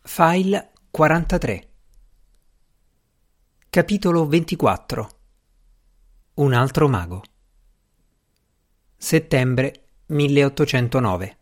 File 43. Capitolo 24. Un altro mago. Settembre 1809.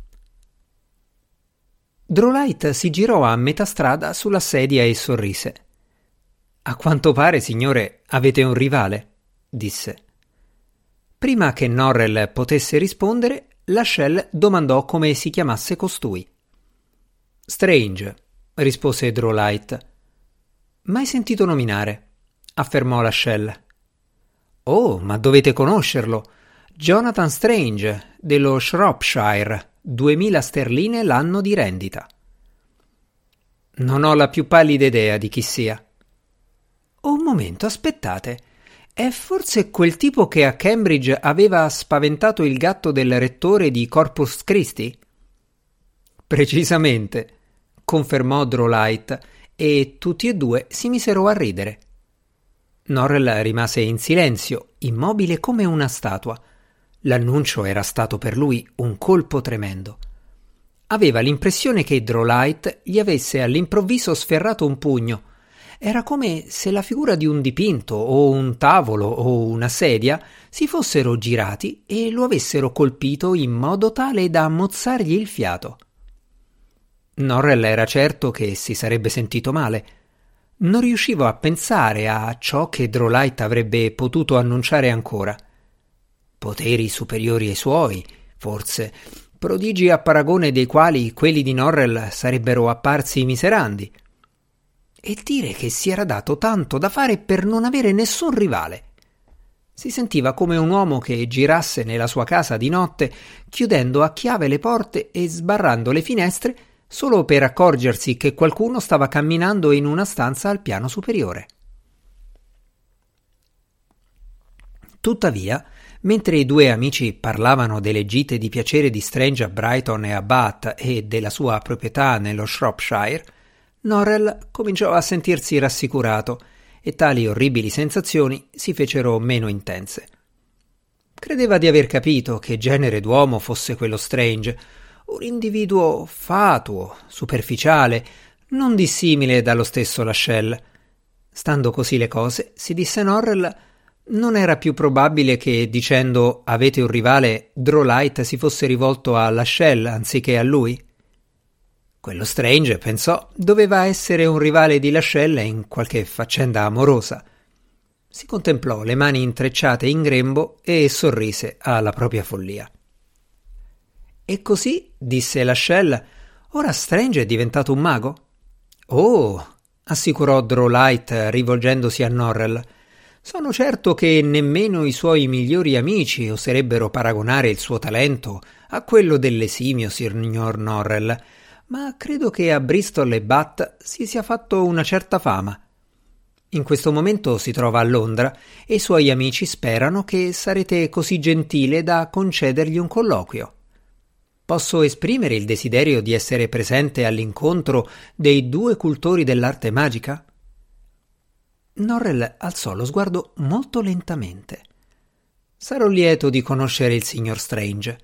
Drolight si girò a metà strada sulla sedia e sorrise. «A quanto pare, signore, avete un rivale», disse. Prima che Norrell potesse rispondere, Lascelles domandò come si chiamasse costui. «Strange», rispose Drolight. «Mai sentito nominare», affermò Lascelles. «Oh, ma dovete conoscerlo. Jonathan Strange, dello Shropshire, 2000 sterline l'anno di rendita». «Non ho la più pallida idea di chi sia». «Un momento, aspettate. È forse quel tipo che a Cambridge aveva spaventato il gatto del rettore di Corpus Christi?» «Precisamente», confermò Drolight, e tutti e due si misero a ridere. Norrell rimase in silenzio, immobile come una statua. L'annuncio era stato per lui un colpo tremendo. Aveva l'impressione che Drolight gli avesse all'improvviso sferrato un pugno. Era come se la figura di un dipinto o un tavolo o una sedia si fossero girati e lo avessero colpito in modo tale da mozzargli il fiato. Norrell era certo che si sarebbe sentito male. Non riusciva a pensare a ciò che Drolight avrebbe potuto annunciare ancora. Poteri superiori ai suoi, forse, prodigi a paragone dei quali quelli di Norrell sarebbero apparsi miserandi. E dire che si era dato tanto da fare per non avere nessun rivale. Si sentiva come un uomo che girasse nella sua casa di notte, chiudendo a chiave le porte e sbarrando le finestre solo per accorgersi che qualcuno stava camminando in una stanza al piano superiore. Tuttavia, mentre i due amici parlavano delle gite di piacere di Strange a Brighton e a Bath e della sua proprietà nello Shropshire, Norrell cominciò a sentirsi rassicurato e tali orribili sensazioni si fecero meno intense. Credeva di aver capito che genere d'uomo fosse quello Strange, un individuo fatuo, superficiale, non dissimile dallo stesso Lascelles. Stando così le cose, si disse Norrell, non era più probabile che, dicendo «avete un rivale», Drolight si fosse rivolto a Lascelles anziché a lui? Quello Strange, pensò, doveva essere un rivale di Lascelles in qualche faccenda amorosa. Si contemplò le mani intrecciate in grembo e sorrise alla propria follia. «E così», disse Lascelles, «ora Strange è diventato un mago?» «Oh», assicurò Drolight rivolgendosi a Norrell, «sono certo che nemmeno i suoi migliori amici oserebbero paragonare il suo talento a quello dell'esimio signor Norrell, ma credo che a Bristol e Bath si sia fatto una certa fama. In questo momento si trova a Londra e i suoi amici sperano che sarete così gentile da concedergli un colloquio. Posso esprimere il desiderio di essere presente all'incontro dei due cultori dell'arte magica?» Norrell alzò lo sguardo molto lentamente. «Sarò lieto di conoscere il signor Strange».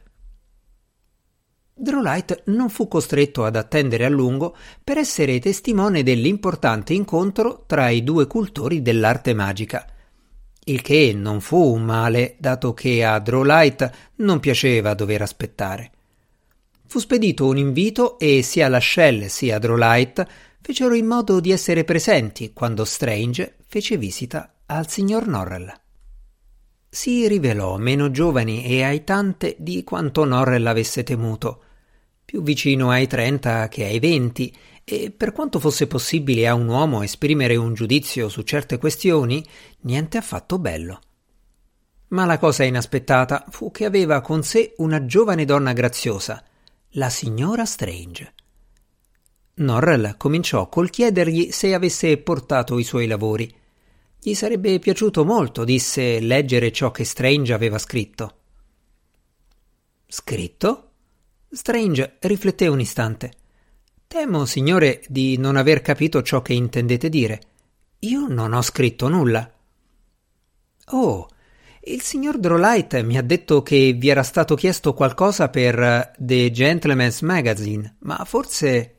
Drolight non fu costretto ad attendere a lungo per essere testimone dell'importante incontro tra i due cultori dell'arte magica, il che non fu un male, dato che a Drolight non piaceva dover aspettare. Fu spedito un invito e sia Lascelles sia Drolight fecero in modo di essere presenti quando Strange fece visita al signor Norrell. Si rivelò meno giovane e aitante di quanto Norrell avesse temuto, più vicino ai 30 che ai 20, e per quanto fosse possibile a un uomo esprimere un giudizio su certe questioni, niente affatto bello. Ma la cosa inaspettata fu che aveva con sé una giovane donna graziosa, la signora Strange. Norrell cominciò col chiedergli se avesse portato i suoi lavori. Gli sarebbe piaciuto molto, disse, leggere ciò che Strange aveva scritto. «Scritto?» Strange rifletté un istante. «Temo, signore, di non aver capito ciò che intendete dire. Io non ho scritto nulla». «Oh, il signor Drolight mi ha detto che vi era stato chiesto qualcosa per The Gentleman's Magazine, ma forse...»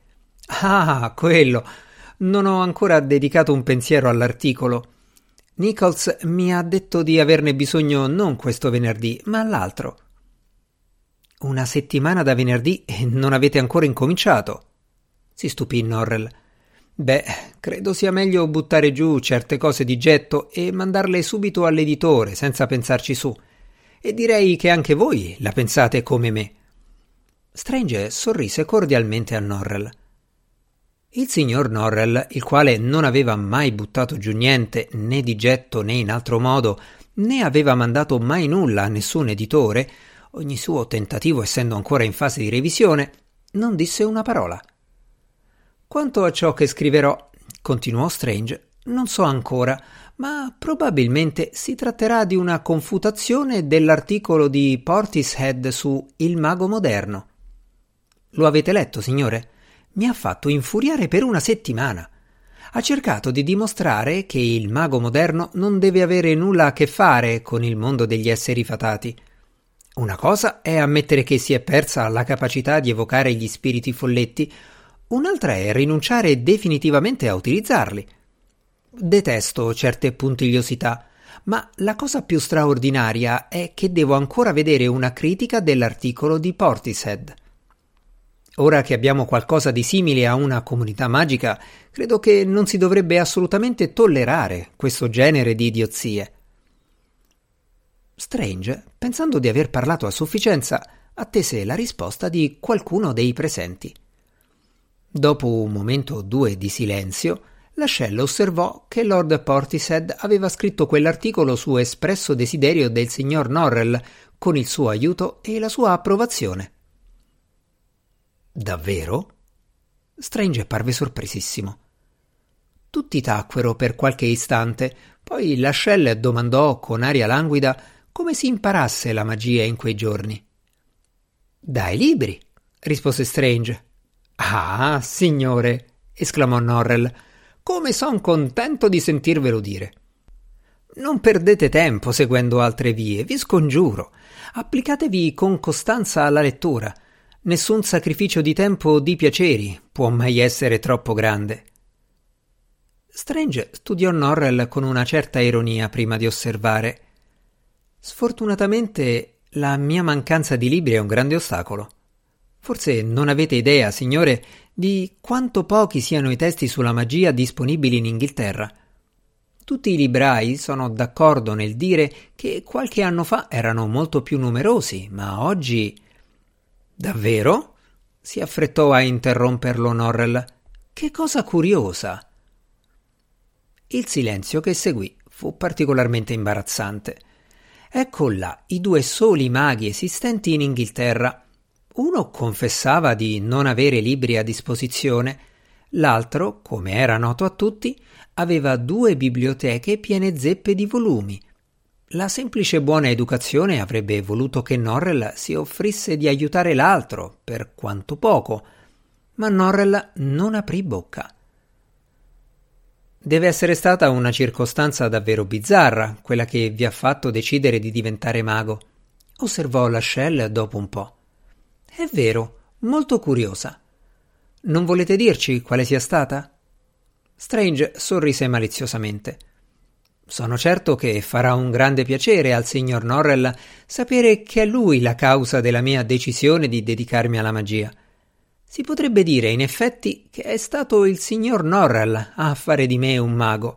Ah, quello. Non ho ancora dedicato un pensiero all'articolo. Nichols mi ha detto di averne bisogno non questo venerdì, ma l'altro. Una settimana da venerdì e non avete ancora incominciato? Si stupì Norrell. Beh, credo sia meglio buttare giù certe cose di getto e mandarle subito all'editore senza pensarci su. E direi che anche voi la pensate come me. Strange sorrise cordialmente a Norrell. Il signor Norrell, il quale non aveva mai buttato giù niente, né di getto né in altro modo, né aveva mandato mai nulla a nessun editore, ogni suo tentativo essendo ancora in fase di revisione, non disse una parola. Quanto a ciò che scriverò, continuò Strange, non so ancora, ma probabilmente si tratterà di una confutazione dell'articolo di Portishead su Il mago moderno. Lo avete letto, signore? Mi ha fatto infuriare per una settimana. Ha cercato di dimostrare che il mago moderno non deve avere nulla a che fare con il mondo degli esseri fatati. Una cosa è ammettere che si è persa la capacità di evocare gli spiriti folletti, un'altra è rinunciare definitivamente a utilizzarli. Detesto certe puntigliosità, ma la cosa più straordinaria è che devo ancora vedere una critica dell'articolo di Portishead. Ora che abbiamo qualcosa di simile a una comunità magica, credo che non si dovrebbe assolutamente tollerare questo genere di idiozie. Strange, pensando di aver parlato a sufficienza, attese la risposta di qualcuno dei presenti. Dopo un momento o due di silenzio, Lascelles osservò che Lord Portishead aveva scritto quell'articolo su espresso desiderio del signor Norrell, con il suo aiuto e la sua approvazione. Davvero? Strange parve sorpresissimo. Tutti tacquero per qualche istante, poi Lascelles domandò con aria languida come si imparasse la magia in quei giorni. Dai libri, rispose Strange. Ah, signore, esclamò Norrell, come son contento di sentirvelo dire. Non perdete tempo seguendo altre vie, vi scongiuro. Applicatevi con costanza alla lettura. Nessun sacrificio di tempo o di piaceri può mai essere troppo grande. Strange studiò Norrell con una certa ironia prima di osservare. Sfortunatamente la mia mancanza di libri è un grande ostacolo. Forse non avete idea, signore, di quanto pochi siano i testi sulla magia disponibili in Inghilterra. Tutti i librai sono d'accordo nel dire che qualche anno fa erano molto più numerosi, ma oggi... Davvero? Si affrettò a interromperlo Norrell. Che cosa curiosa! Il silenzio che seguì fu particolarmente imbarazzante. Ecco là i due soli maghi esistenti in Inghilterra. Uno confessava di non avere libri a disposizione, l'altro, come era noto a tutti, aveva 2 biblioteche piene zeppe di volumi. La semplice buona educazione avrebbe voluto che Norrell si offrisse di aiutare l'altro, per quanto poco, ma Norrell non aprì bocca. Deve essere stata una circostanza davvero bizzarra, quella che vi ha fatto decidere di diventare mago, osservò Lascelles dopo un po'. È vero, molto curiosa. Non volete dirci quale sia stata? Strange sorrise maliziosamente. Sono certo che farà un grande piacere al signor Norrell sapere che è lui la causa della mia decisione di dedicarmi alla magia. Si potrebbe dire, in effetti, che è stato il signor Norrell a fare di me un mago.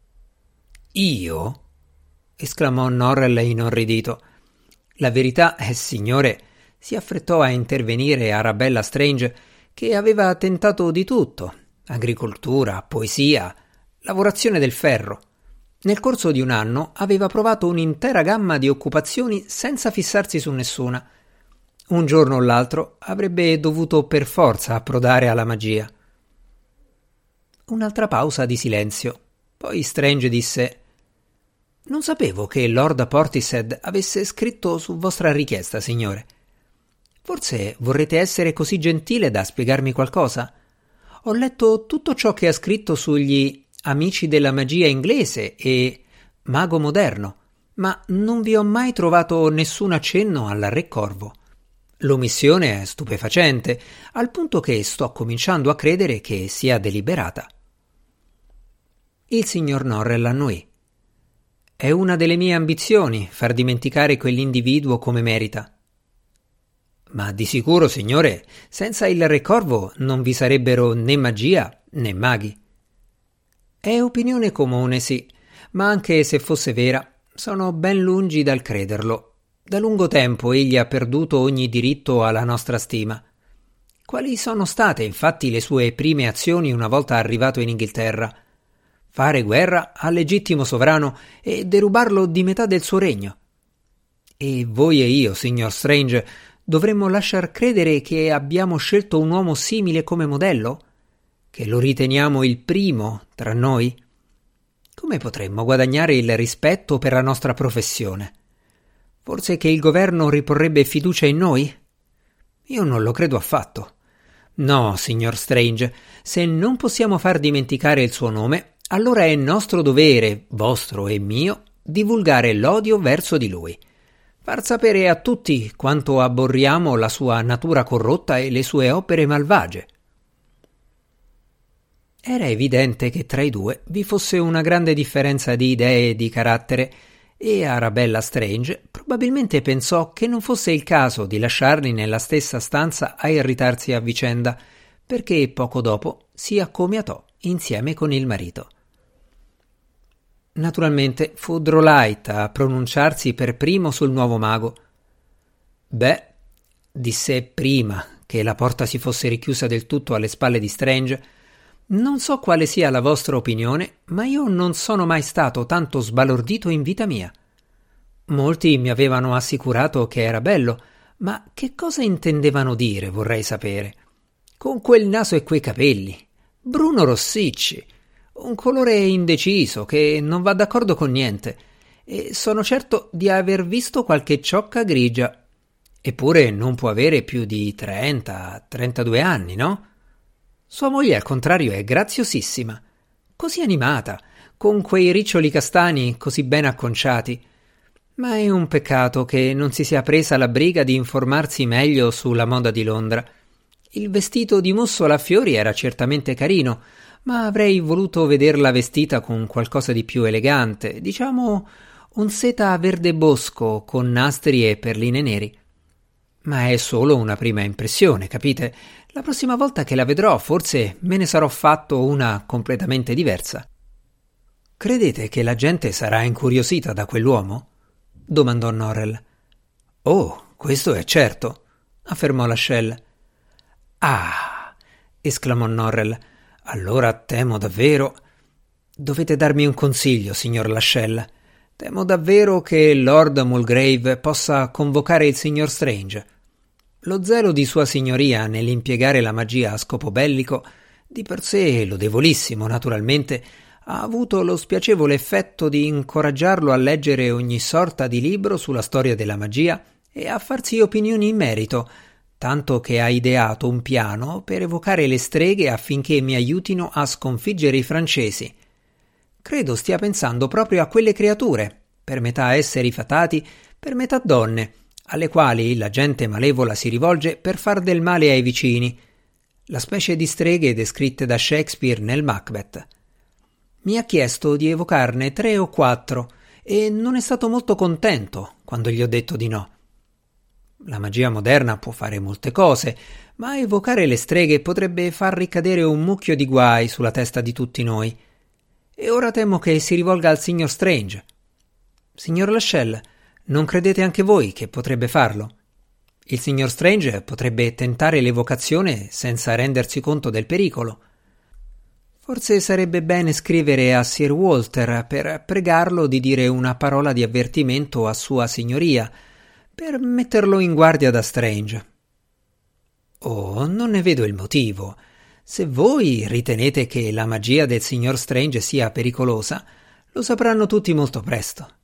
Io? Esclamò Norrell inorridito. La verità è, signore, si affrettò a intervenire Arabella Strange, che aveva tentato di tutto: agricoltura, poesia, lavorazione del ferro. Nel corso di un anno aveva provato un'intera gamma di occupazioni senza fissarsi su nessuna. Un giorno o l'altro avrebbe dovuto per forza approdare alla magia. Un'altra pausa di silenzio. Poi Strange disse: «Non sapevo che Lord Portishead avesse scritto su vostra richiesta, signore. Forse vorrete essere così gentile da spiegarmi qualcosa? Ho letto tutto ciò che ha scritto sugli Amici della magia inglese e Mago moderno, ma non vi ho mai trovato nessun accenno alla Re Corvo. L'omissione è stupefacente, al punto che sto cominciando a credere che sia deliberata. Il signor Norrell annuì. È una delle mie ambizioni far dimenticare quell'individuo come merita. Ma di sicuro, signore, senza il Re Corvo non vi sarebbero né magia né maghi. È opinione comune, sì, ma anche se fosse vera, sono ben lungi dal crederlo. Da lungo tempo egli ha perduto ogni diritto alla nostra stima. Quali sono state, infatti, le sue prime azioni una volta arrivato in Inghilterra? Fare guerra al legittimo sovrano e derubarlo di metà del suo regno. E voi e io, signor Strange, dovremmo lasciar credere che abbiamo scelto un uomo simile come modello? Che lo riteniamo il primo tra noi? Come potremmo guadagnare il rispetto per la nostra professione? Forse che il governo riporrebbe fiducia in noi? Io non lo credo affatto. No, signor Strange, se non possiamo far dimenticare il suo nome, allora è nostro dovere, vostro e mio, divulgare l'odio verso di lui. Far sapere a tutti quanto abborriamo la sua natura corrotta e le sue opere malvagie. Era evidente che tra i due vi fosse una grande differenza di idee e di carattere, e Arabella Strange probabilmente pensò che non fosse il caso di lasciarli nella stessa stanza a irritarsi a vicenda, perché poco dopo si accomiatò insieme con il marito. Naturalmente fu Drolight a pronunciarsi per primo sul nuovo mago. «Beh», disse prima che la porta si fosse richiusa del tutto alle spalle di Strange, «non so quale sia la vostra opinione, ma io non sono mai stato tanto sbalordito in vita mia. Molti mi avevano assicurato che era bello, ma che cosa intendevano dire, vorrei sapere? Con quel naso e quei capelli, bruno rossicci, un colore indeciso che non va d'accordo con niente, e sono certo di aver visto qualche ciocca grigia. Eppure non può avere più di 30-32 anni, no? Sua moglie, al contrario, è graziosissima, così animata, con quei riccioli castani così ben acconciati. Ma è un peccato che non si sia presa la briga di informarsi meglio sulla moda di Londra. Il vestito di mussola a fiori era certamente carino, ma avrei voluto vederla vestita con qualcosa di più elegante, diciamo un seta verde bosco con nastri e perline neri. Ma è solo una prima impressione, capite? La prossima volta che la vedrò forse me ne sarò fatto una completamente diversa. Credete che la gente sarà incuriosita da quell'uomo? Domandò Norrell. Oh, questo è certo, affermò Lascelles. Ah, esclamò Norrell, allora temo davvero. Dovete darmi un consiglio, signor Lascelles. Temo davvero che Lord Mulgrave possa convocare il signor Strange. Lo zelo di sua signoria nell'impiegare la magia a scopo bellico, di per sé lodevolissimo naturalmente, ha avuto lo spiacevole effetto di incoraggiarlo a leggere ogni sorta di libro sulla storia della magia e a farsi opinioni in merito, tanto che ha ideato un piano per evocare le streghe affinché mi aiutino a sconfiggere i francesi. Credo stia pensando proprio a quelle creature, per metà esseri fatati, per metà donne, alle quali la gente malevola si rivolge per far del male ai vicini, la specie di streghe descritte da Shakespeare nel Macbeth. Mi ha chiesto di evocarne 3 o 4 e non è stato molto contento quando gli ho detto di no. La magia moderna può fare molte cose, ma evocare le streghe potrebbe far ricadere un mucchio di guai sulla testa di tutti noi. E ora temo che si rivolga al signor Strange. Signor Lascelles, non credete anche voi che potrebbe farlo? Il signor Strange potrebbe tentare l'evocazione senza rendersi conto del pericolo. Forse sarebbe bene scrivere a Sir Walter per pregarlo di dire una parola di avvertimento a sua signoria, per metterlo in guardia da Strange. Oh, non ne vedo il motivo. Se voi ritenete che la magia del signor Strange sia pericolosa, lo sapranno tutti molto presto.